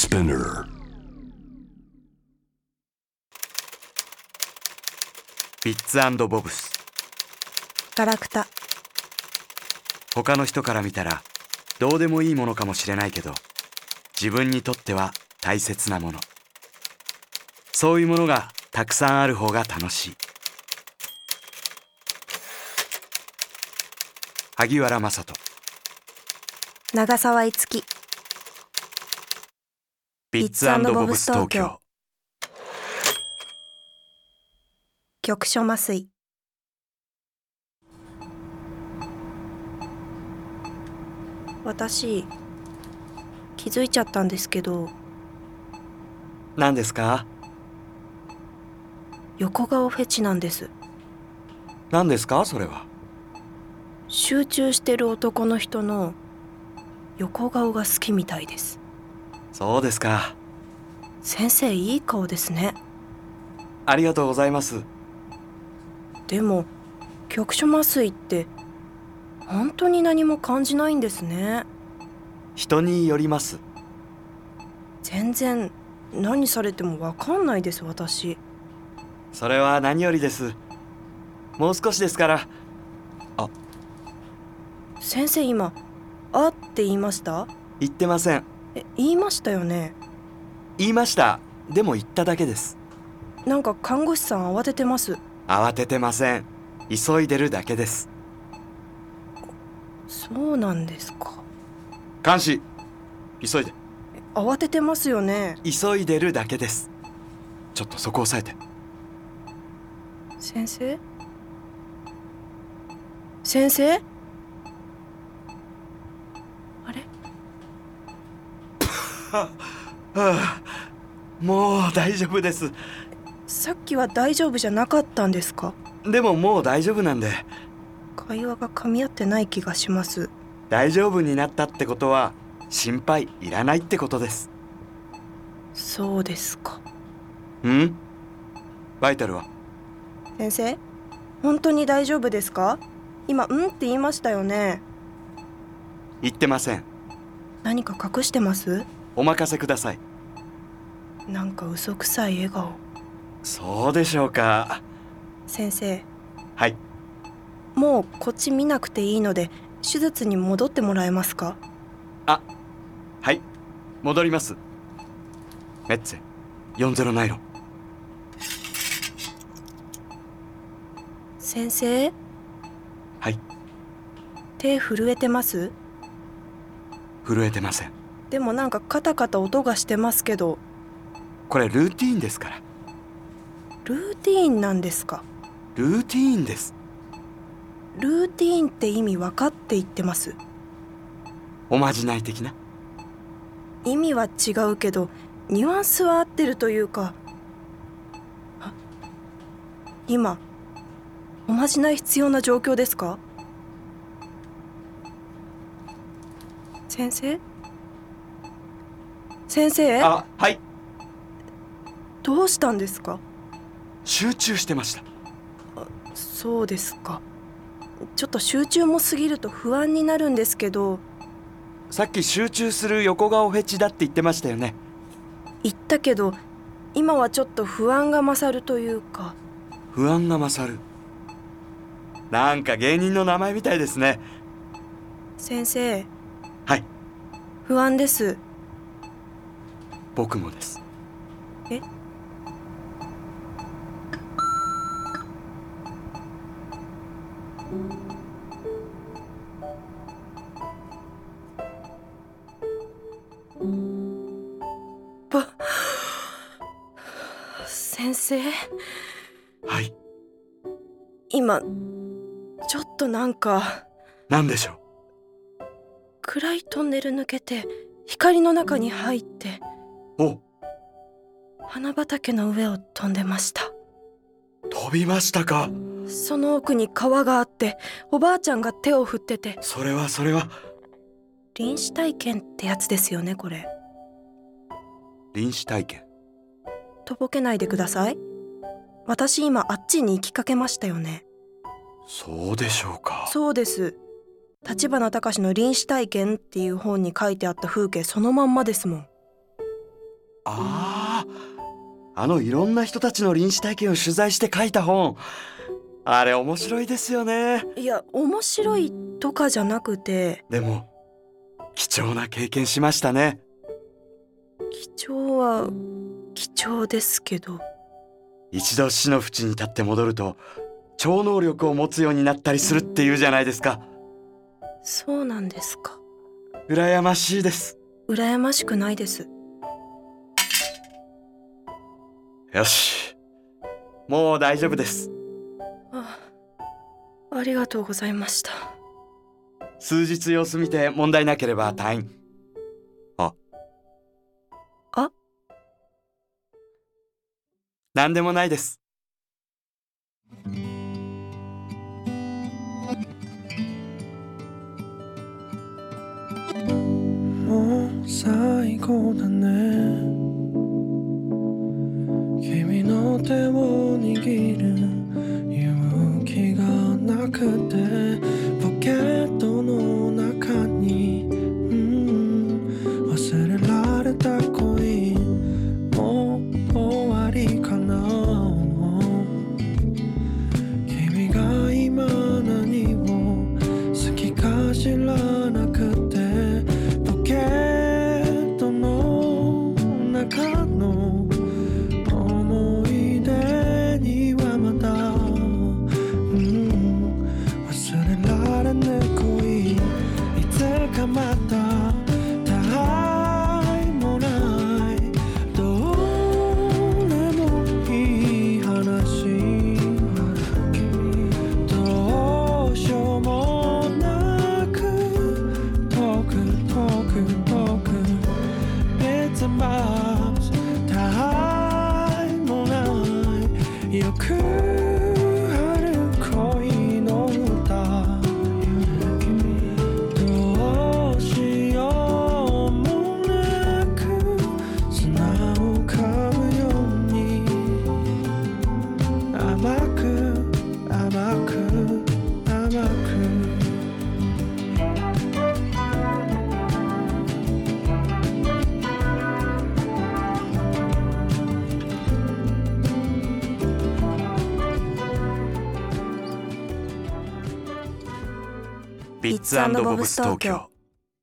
Spinner. ビッツ&ボブス。 ガラクタ。 他の人から見たらどうでもいいものかもしれないけど、自分にとっては大切なもの。そういうものがたくさんある方が楽しい。萩原正人。 長澤いつき。 ビッツ&ボブス東京。 局所麻酔。私気づいちゃったんですけど、 何ですか？ 横顔フェチなんです。 何ですかそれは。 集中してる男の人の横顔が好きみたいです。 そうですか。 先生いい顔ですね。 ありがとうございます。 でも局所麻酔って本当に何も感じないんですね。 人によります。 全然何されても分かんないです私。 それは何よりです。もう少しですから。 先生今「あ」って言いました？ 言ってません。 言いましたよね。 言いました。でも言っただけです。 なんか看護師さん慌ててます。 慌ててません。急いでるだけです。 そうなんですか。 監視、急いで。 慌ててますよね。 急いでるだけです。ちょっとそこ押さえて。 先生？先生？あれ？ はあ、もう大丈夫です。 さっきは大丈夫じゃなかったんですか？ でももう大丈夫なんで。 会話が噛み合ってない気がします。 大丈夫になったってことは心配いらないってことです。 そうですか。 バイタルは？ 先生、本当に大丈夫ですか？今「って言いましたよね。 言ってません。 何か隠してます？ お任せください。 なんか嘘くさい笑顔。 そうでしょうか。 先生、 はい。 もうこっち見なくていいので手術に戻ってもらえますか？ はい、戻ります。メッツェ40ナイロン。 先生、 はい、 手震えてます？ 震えてません。 でもなんかカタカタ音がしてますけど。 これルーティーンですから。 ルーティーンなんですか？ ルーティーンです。 ルーティーンって意味分かって言ってます？ おまじない的な。 意味は違うけどニュアンスは合ってるというか。今おまじない必要な状況ですか？先生？先生？ はい。 どうしたんですか？ 集中してました。 そうですか。ちょっと集中も過ぎると不安になるんですけど。 さっき集中する横顔フェチだって言ってましたよね。 言ったけど今はちょっと不安が勝るというか。 不安が勝る。なんか芸人の名前みたいですね。 先生。 はい。 不安です。 僕もです。 え？先生？ はい。 今ちょっとなんか。 何でしょう？ 暗いトンネル抜けて光の中に入って花畑の上を飛んでました。 飛びましたか。 その奥に川があっておばあちゃんが手を振ってて。 それは臨死体験ってやつですよねこれ。 臨死体験。 とぼけないでください。私今あっちに行きかけましたよね。 そうでしょうか。 そうです。立花隆の臨死体験っていう本に書いてあった風景そのまんまですもん。 ああ、いろんな人たちの臨死体験を取材して書いた本。あれ面白いですよね。 いや、面白いとかじゃなくて。 でも貴重な経験しましたね。 貴重は貴重ですけど。 一度死の淵に立って戻ると超能力を持つようになったりするっていうじゃないですか。 そうなんですか。 羨ましいです。 羨ましくないです。 よし、もう大丈夫です。 ありがとうございました。 数日様子見て問題なければ退院。なんでもないです。 もう最後だね。君の手を握る勇気がなくて、ポケットの中に、忘れられた恋、もう終わりかな。君が今何を好きか知らなくて、ポケットの中の思い出にはまだ、忘れられない恋、いつかまたたわいもないどうでもいい話、どうしようもなく遠く遠く遠く It's a box たわいもないよくある恋の歌、どうしようもなく砂を噛むように甘く甘く甘くビッツ&ボブス東京。